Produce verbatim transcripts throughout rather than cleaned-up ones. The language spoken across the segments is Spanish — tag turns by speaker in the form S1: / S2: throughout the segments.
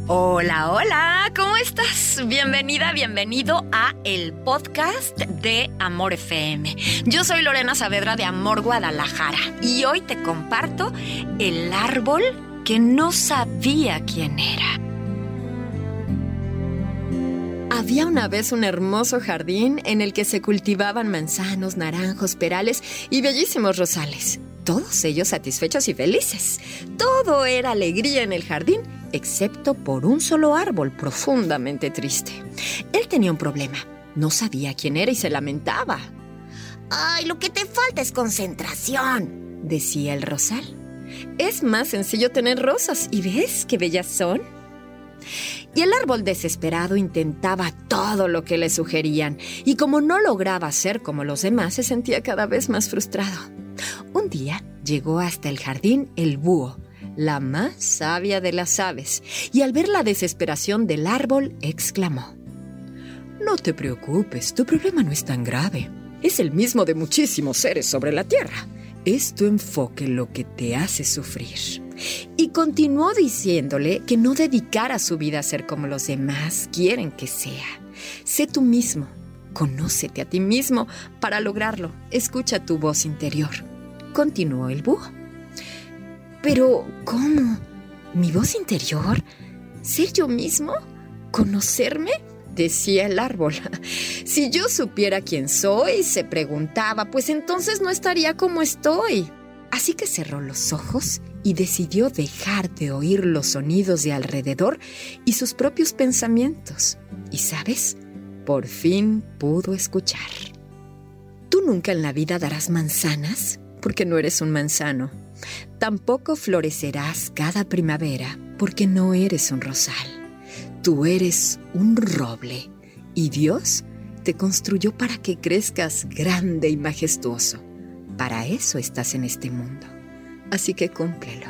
S1: Hola, hola, ¿cómo estás? Bienvenida, bienvenido a el podcast de Amor F M. Yo soy Lorena Saavedra de Amor Guadalajara y hoy te comparto el árbol que no sabía quién era. Había una vez un hermoso jardín en el que se cultivaban manzanos, naranjos, perales y bellísimos rosales. Todos ellos satisfechos y felices. Todo era alegría en el jardín, excepto por un solo árbol profundamente triste. Él tenía un problema. No sabía quién era y se lamentaba.
S2: ¡Ay, lo que te falta es concentración!,
S1: decía el rosal. Es más sencillo tener rosas, ¿y ves qué bellas son? Y el árbol desesperado intentaba todo lo que le sugerían, y como no lograba ser como los demás, se sentía cada vez más frustrado. Un día llegó hasta el jardín el búho, la más sabia de las aves, y al ver la desesperación del árbol, exclamó: «No te preocupes, tu problema no es tan grave. Es el mismo de muchísimos seres sobre la tierra. Es tu enfoque lo que te hace sufrir». Y continuó diciéndole que no dedicara su vida a ser como los demás quieren que sea. Sé tú mismo, conócete a ti mismo. Para lograrlo, escucha tu voz interior. Continuó el búho. ¿Pero cómo? ¿Mi voz interior? ¿Ser yo mismo? ¿Conocerme?, decía el árbol. Si yo supiera quién soy, se preguntaba, pues entonces no estaría como estoy. Así que cerró los ojos y decidió dejar de oír los sonidos de alrededor y sus propios pensamientos. Y ¿sabes? Por fin pudo escuchar. Tú nunca en la vida darás manzanas, porque no eres un manzano. Tampoco florecerás cada primavera, porque no eres un rosal. Tú eres un roble, y Dios te construyó para que crezcas grande y majestuoso. Para eso estás en este mundo. Así que cúmplelo.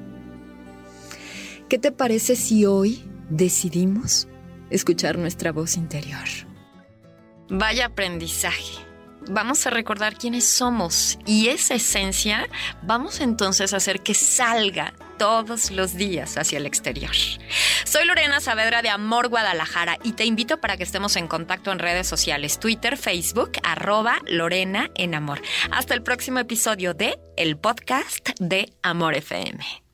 S1: ¿Qué te parece si hoy decidimos escuchar nuestra voz interior? Vaya aprendizaje. Vamos a recordar quiénes somos y esa esencia vamos entonces a hacer que salga todos los días hacia el exterior. Soy Lorena Saavedra de Amor Guadalajara y te invito para que estemos en contacto en redes sociales, Twitter, Facebook, arroba Lorena en Amor. Hasta el próximo episodio de el podcast de Amor F M.